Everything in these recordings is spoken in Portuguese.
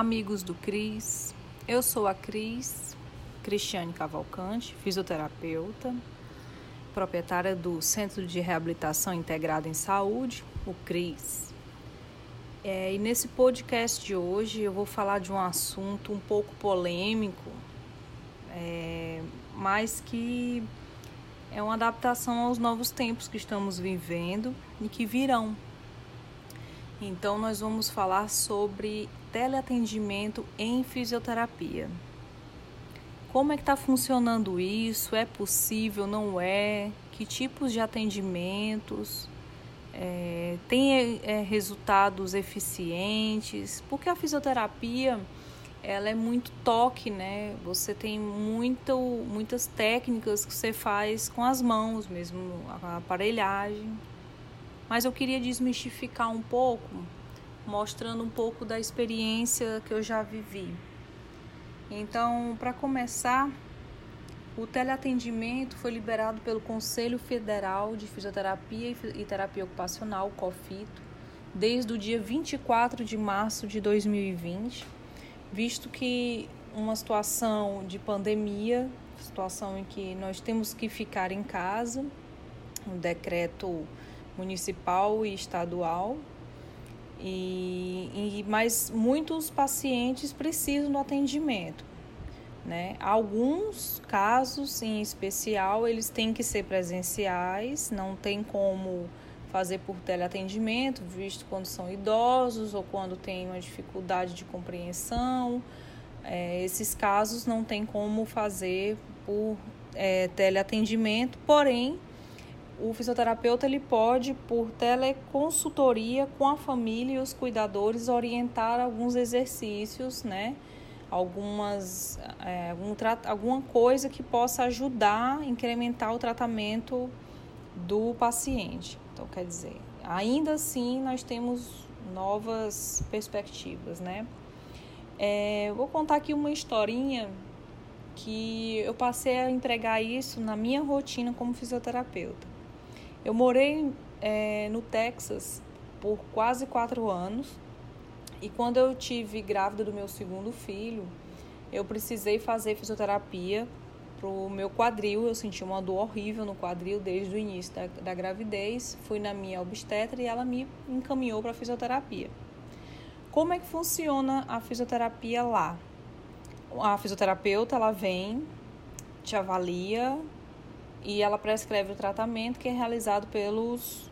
amigos do CRIS. Eu sou a Cristiane Cavalcante, fisioterapeuta, proprietária do Centro de Reabilitação Integrada em Saúde, o CRIS. E nesse podcast de hoje eu vou falar de um assunto um pouco polêmico, mas que é uma adaptação aos novos tempos que estamos vivendo e que virão. Então, nós vamos falar sobre teleatendimento em fisioterapia. Como é que está funcionando isso? É possível? Não é? Que tipos de atendimentos? Tem resultados eficientes? Porque a fisioterapia, ela é muito toque, né? Você tem muitas técnicas que você faz com as mãos mesmo, a aparelhagem. Mas eu queria desmistificar um pouco, mostrando um pouco da experiência que eu já vivi. Então, para começar, o teleatendimento foi liberado pelo Conselho Federal de Fisioterapia e Terapia Ocupacional, COFITO, desde o dia 24 de março de 2020, visto que uma situação de pandemia, situação em que nós temos que ficar em casa, um decreto municipal e estadual, mas muitos pacientes precisam do atendimento, né? Alguns casos em especial eles têm que ser presenciais, não tem como fazer por teleatendimento, visto quando são idosos ou quando tem uma dificuldade de compreensão. Esses casos não tem como fazer por teleatendimento, porém o fisioterapeuta ele pode, por teleconsultoria com a família e os cuidadores, orientar alguns exercícios, né? Alguma coisa que possa ajudar a incrementar o tratamento do paciente. Então, quer dizer, ainda assim nós temos novas perspectivas, né? Vou contar aqui uma historinha que eu passei a empregar isso na minha rotina como fisioterapeuta. Eu morei no Texas por quase 4 anos e quando eu tive grávida do meu segundo filho, eu precisei fazer fisioterapia para o meu quadril. Eu senti uma dor horrível no quadril desde o início da gravidez. Fui na minha obstetra e ela me encaminhou para a fisioterapia. Como é que funciona a fisioterapia lá? A fisioterapeuta ela vem, te avalia e ela prescreve o tratamento que é realizado pelos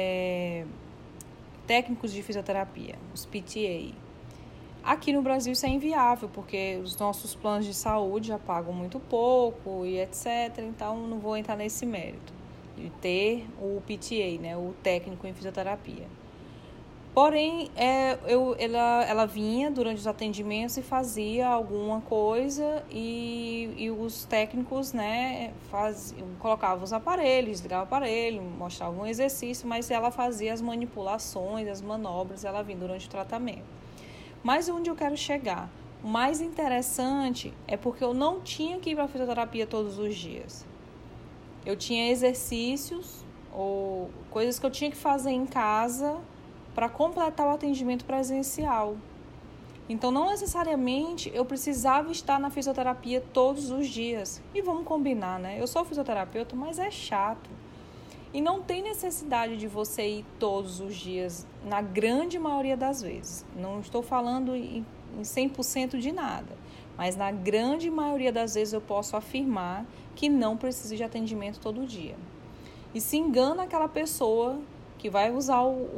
técnicos de fisioterapia, os PTA. Aqui no Brasil isso é inviável, porque os nossos planos de saúde já pagam muito pouco e etc. Então, não vou entrar nesse mérito de ter o PTA, né, o técnico em fisioterapia. Porém, ela vinha durante os atendimentos e fazia alguma coisa e os técnicos, né, colocavam os aparelhos, ligavam o aparelho, mostravam um exercício, mas ela fazia as manipulações, as manobras, ela vinha durante o tratamento. Mas onde eu quero chegar? O mais interessante é porque eu não tinha que ir para a fisioterapia todos os dias. Eu tinha exercícios ou coisas que eu tinha que fazer em casa para completar o atendimento presencial. Então, não necessariamente eu precisava estar na fisioterapia todos os dias. E vamos combinar, né? Eu sou fisioterapeuta, mas é chato. E não tem necessidade de você ir todos os dias, na grande maioria das vezes. Não estou falando em 100% de nada, mas na grande maioria das vezes eu posso afirmar que não precisa de atendimento todo dia. E se engana aquela pessoa que vai usar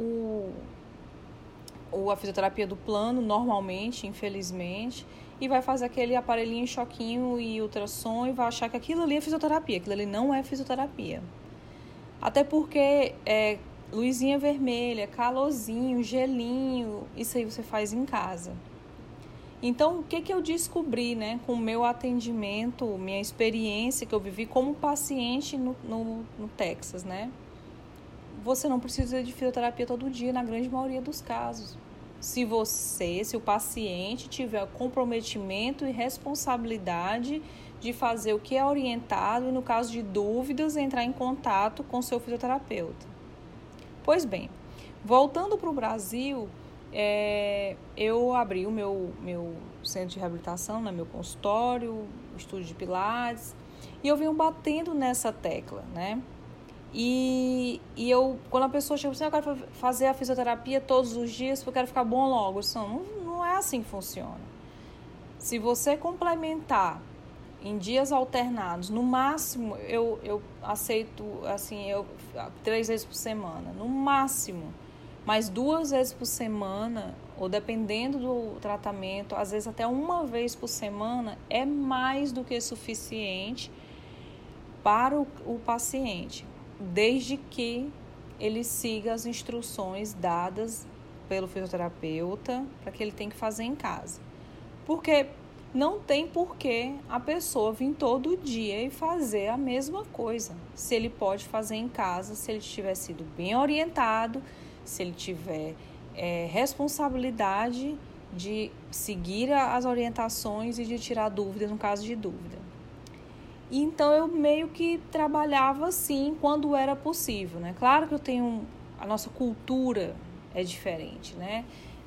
a fisioterapia do plano normalmente, infelizmente, e vai fazer aquele aparelhinho, choquinho e ultrassom e vai achar que aquilo ali é fisioterapia, aquilo ali não é fisioterapia. Até porque luzinha vermelha, calorzinho, gelinho, isso aí você faz em casa. Então, o que eu descobri, né, com o meu atendimento, minha experiência que eu vivi como paciente no Texas, né? Você não precisa de fisioterapia todo dia, na grande maioria dos casos. Se o paciente tiver comprometimento e responsabilidade de fazer o que é orientado e, no caso de dúvidas, entrar em contato com seu fisioterapeuta. Pois bem, voltando para o Brasil, eu abri o meu centro de reabilitação, né, meu consultório, estúdio de pilates, e eu venho batendo nessa tecla, né? E eu, quando a pessoa chega assim, eu quero fazer a fisioterapia todos os dias porque eu quero ficar bom logo. Isso não é assim que funciona. Se você complementar em dias alternados, no máximo, eu aceito, assim, 3 vezes por semana, no máximo. Mas 2 vezes por semana, ou dependendo do tratamento, às vezes até 1 vez por semana, é mais do que suficiente para o paciente, desde que ele siga as instruções dadas pelo fisioterapeuta para que ele tem que fazer em casa. Porque não tem porquê a pessoa vir todo dia e fazer a mesma coisa. Se ele pode fazer em casa, se ele tiver sido bem orientado, se ele tiver responsabilidade de seguir as orientações e de tirar dúvidas no caso de dúvida. Então eu meio que trabalhava assim quando era possível, né? Claro que a nossa cultura é diferente, né?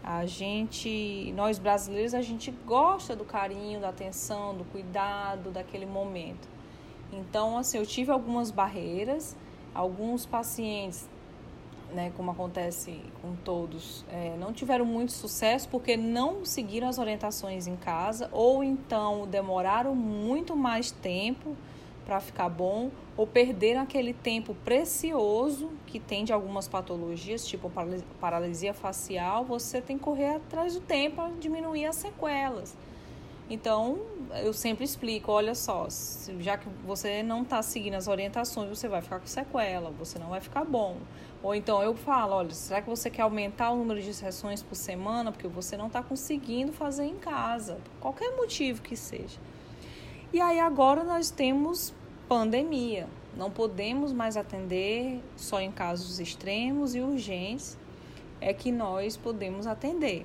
Nós brasileiros, a gente gosta do carinho, da atenção, do cuidado, daquele momento. Então, assim, eu tive algumas barreiras, alguns pacientes, né, como acontece com todos, não tiveram muito sucesso porque não seguiram as orientações em casa, ou então demoraram muito mais tempo para ficar bom, ou perderam aquele tempo precioso que tem de algumas patologias, tipo paralisia facial. Você tem que correr atrás do tempo para diminuir as sequelas. Então, eu sempre explico, olha só, já que você não está seguindo as orientações, você vai ficar com sequela, você não vai ficar bom. Ou então eu falo, olha, será que você quer aumentar o número de sessões por semana? Porque você não está conseguindo fazer em casa, por qualquer motivo que seja. E aí agora nós temos pandemia, não podemos mais atender só em casos extremos e urgentes, é que nós podemos atender.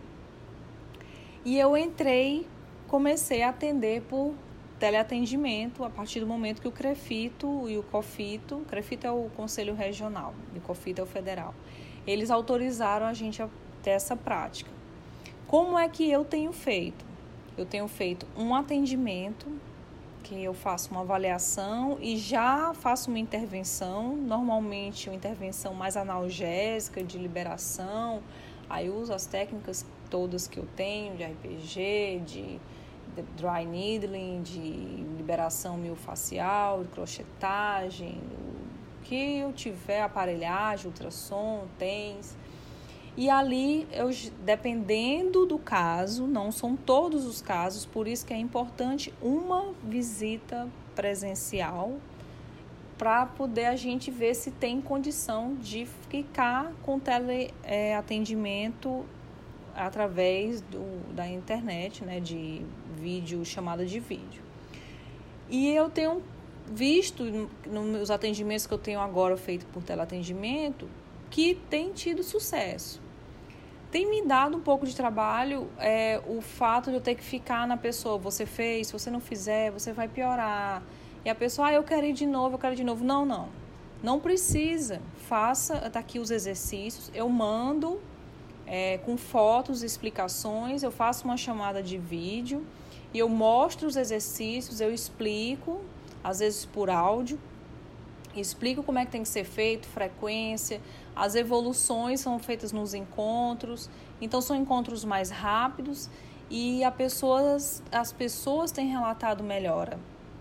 E eu comecei a atender por teleatendimento a partir do momento que o CREFITO e o COFITO, o CREFITO é o Conselho Regional e o COFITO é o Federal, eles autorizaram a gente a ter essa prática. Como é que eu tenho feito? Eu tenho feito um atendimento, que eu faço uma avaliação e já faço uma intervenção, normalmente uma intervenção mais analgésica, de liberação, aí uso as técnicas todas que eu tenho, de RPG, de dry needling, de liberação miofascial, de crochetagem, o que eu tiver, aparelhagem, ultrassom, TENS. E ali, dependendo do caso, não são todos os casos, por isso que é importante uma visita presencial para poder a gente ver se tem condição de ficar com teleatendimento através da internet, né, de vídeo, chamada de vídeo. E eu tenho visto nos atendimentos que eu tenho agora feito por teleatendimento que tem tido sucesso. Tem me dado um pouco de trabalho o fato de eu ter que ficar na pessoa, você fez, se você não fizer, você vai piorar. E a pessoa, eu quero ir de novo, eu quero ir de novo. Não precisa. Faça, tá aqui os exercícios, eu mando com fotos e explicações, eu faço uma chamada de vídeo e eu mostro os exercícios, eu explico, às vezes por áudio, explico como é que tem que ser feito, frequência, as evoluções são feitas nos encontros, então são encontros mais rápidos e as pessoas têm relatado melhora.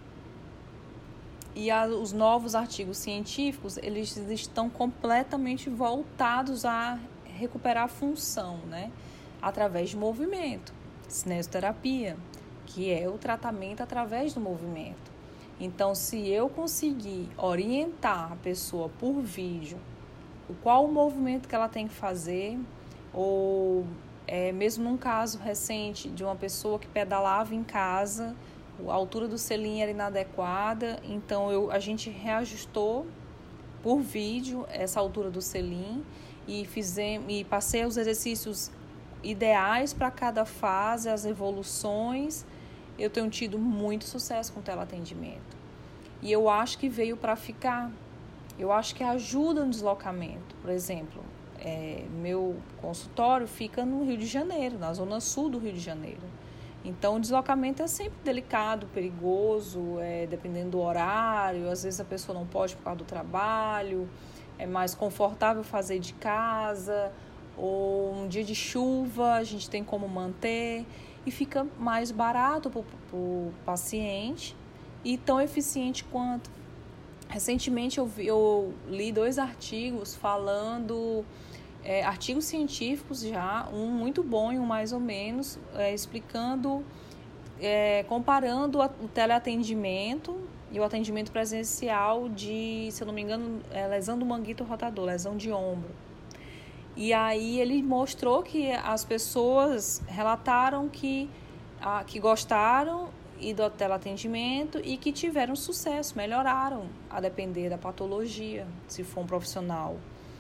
E os novos artigos científicos, eles estão completamente voltados a recuperar a função, né? Através de movimento, cinesioterapia, que é o tratamento através do movimento. Então, se eu conseguir orientar a pessoa por vídeo, qual o movimento que ela tem que fazer, ou mesmo num caso recente de uma pessoa que pedalava em casa, a altura do selim era inadequada, então a gente reajustou por vídeo essa altura do selim e passei os exercícios ideais para cada fase, as evoluções. Eu tenho tido muito sucesso com o teleatendimento. E eu acho que veio para ficar. Eu acho que ajuda no deslocamento. Por exemplo, Meu consultório fica no Rio de Janeiro, na zona sul do Rio de Janeiro. Então, o deslocamento é sempre delicado, perigoso, dependendo do horário. Às vezes a pessoa não pode por causa do trabalho, é mais confortável fazer de casa, ou um dia de chuva a gente tem como manter, e fica mais barato para o paciente e tão eficiente quanto. Recentemente eu li 2 artigos falando, artigos científicos já, um muito bom e um mais ou menos, explicando, comparando o teleatendimento e o atendimento presencial de, se eu não me engano, lesão do manguito rotador, lesão de ombro. E aí ele mostrou que as pessoas relataram que gostaram e do teleatendimento e que tiveram sucesso, melhoraram a depender da patologia. Se for um profissional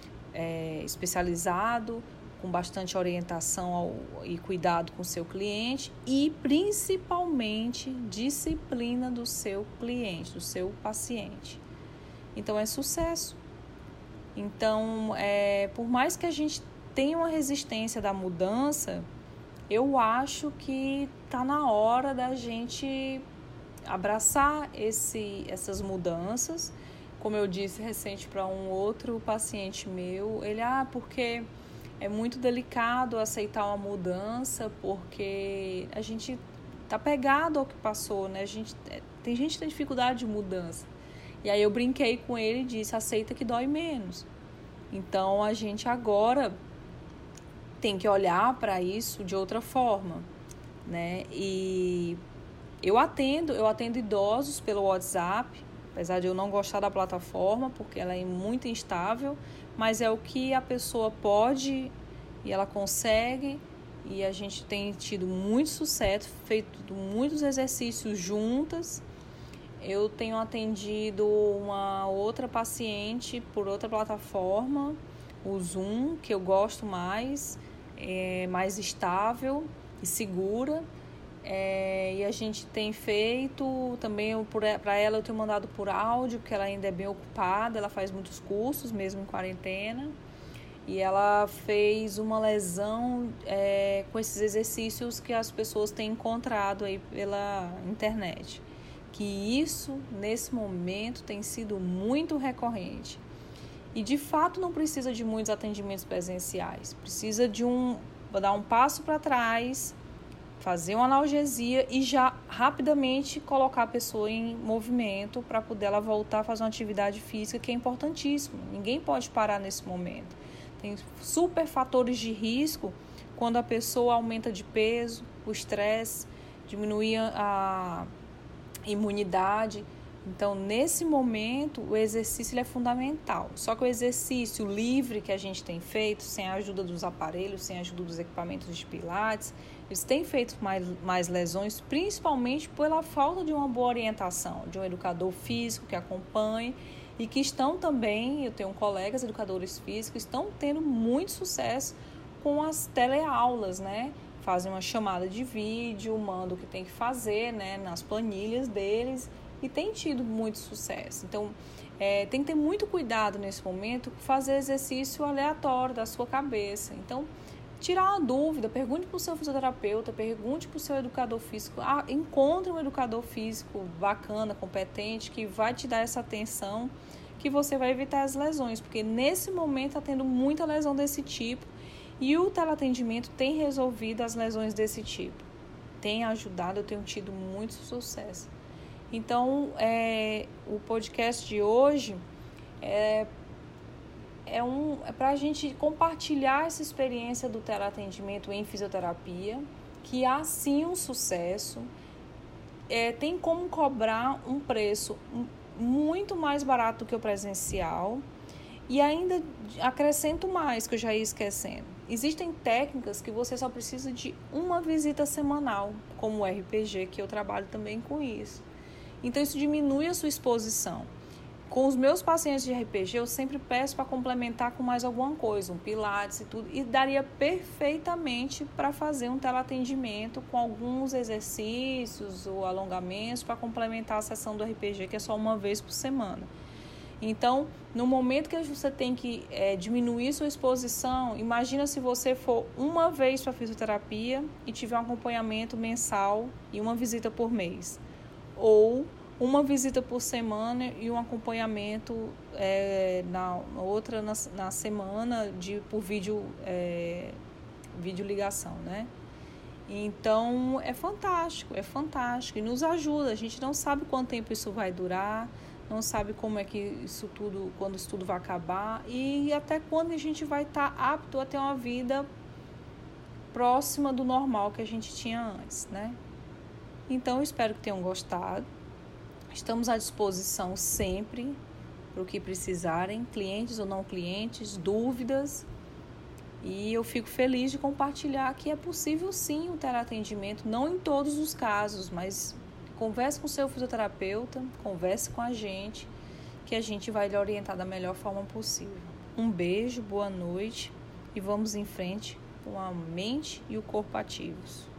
especializado, com bastante orientação e cuidado com o seu cliente e principalmente disciplina do seu cliente, do seu paciente. Então é sucesso. Então, por mais que a gente tenha uma resistência da mudança, eu acho que está na hora da gente abraçar essas mudanças. Como eu disse recente para um outro paciente meu, ele, porque é muito delicado aceitar uma mudança, porque a gente está pegado ao que passou, né? Tem gente que tem dificuldade de mudança. E aí eu brinquei com ele e disse, aceita que dói menos. Então, a gente agora tem que olhar para isso de outra forma, né? E eu atendo idosos pelo WhatsApp, apesar de eu não gostar da plataforma, porque ela é muito instável, mas é o que a pessoa pode e ela consegue, e a gente tem tido muito sucesso, feito muitos exercícios juntas. Eu tenho atendido uma outra paciente por outra plataforma, o Zoom, que eu gosto mais, é mais estável e segura. E a gente tem feito também, para ela eu tenho mandado por áudio, porque ela ainda é bem ocupada, ela faz muitos cursos, mesmo em quarentena. E ela fez uma lesão com esses exercícios que as pessoas têm encontrado aí pela internet. Que isso, nesse momento, tem sido muito recorrente. E, de fato, não precisa de muitos atendimentos presenciais. Precisa de dar um passo para trás, fazer uma analgesia e já rapidamente colocar a pessoa em movimento para poder ela voltar a fazer uma atividade física, que é importantíssimo. Ninguém pode parar nesse momento. Tem super fatores de risco quando a pessoa aumenta de peso, o estresse, diminui a imunidade. Então, nesse momento, o exercício é fundamental. Só que o exercício livre que a gente tem feito, sem a ajuda dos aparelhos, sem a ajuda dos equipamentos de pilates, eles têm feito mais lesões, principalmente pela falta de uma boa orientação, de um educador físico que acompanhe e que estão também, eu tenho colegas educadores físicos, estão tendo muito sucesso com as teleaulas, né? Fazem uma chamada de vídeo, mandam o que tem que fazer, né, nas planilhas deles e tem tido muito sucesso. Então, tem que ter muito cuidado nesse momento, fazer exercício aleatório da sua cabeça. Então, tirar uma dúvida, pergunte para o seu fisioterapeuta, pergunte para o seu educador físico, encontre um educador físico bacana, competente, que vai te dar essa atenção, que você vai evitar as lesões, porque nesse momento está tendo muita lesão desse tipo. E o teleatendimento tem resolvido as lesões desse tipo. Tem ajudado, eu tenho tido muito sucesso. Então, o podcast de hoje é para a gente compartilhar essa experiência do teleatendimento em fisioterapia, que há sim um sucesso. Tem como cobrar um preço muito mais barato do que o presencial. E ainda acrescento mais, que eu já ia esquecendo. Existem técnicas que você só precisa de uma visita semanal, como o RPG, que eu trabalho também com isso. Então, isso diminui a sua exposição. Com os meus pacientes de RPG, eu sempre peço para complementar com mais alguma coisa, um pilates e tudo, e daria perfeitamente para fazer um teleatendimento com alguns exercícios ou alongamentos para complementar a sessão do RPG, que é só uma vez por semana. Então, no momento que você tem que diminuir sua exposição, imagina se você for uma vez para a fisioterapia e tiver um acompanhamento mensal e uma visita por mês. Ou uma visita por semana e um acompanhamento na semana por videoligação, né? Então, é fantástico e nos ajuda. A gente não sabe quanto tempo isso vai durar, não sabe como é que quando isso tudo vai acabar e até quando a gente vai estar apto a ter uma vida próxima do normal que a gente tinha antes, né? Então, eu espero que tenham gostado. Estamos à disposição sempre para o que precisarem, clientes ou não clientes, dúvidas. E eu fico feliz de compartilhar que é possível sim o teleatendimento, não em todos os casos, mas converse com o seu fisioterapeuta, converse com a gente, que a gente vai lhe orientar da melhor forma possível. Um beijo, boa noite e vamos em frente com a mente e o corpo ativos.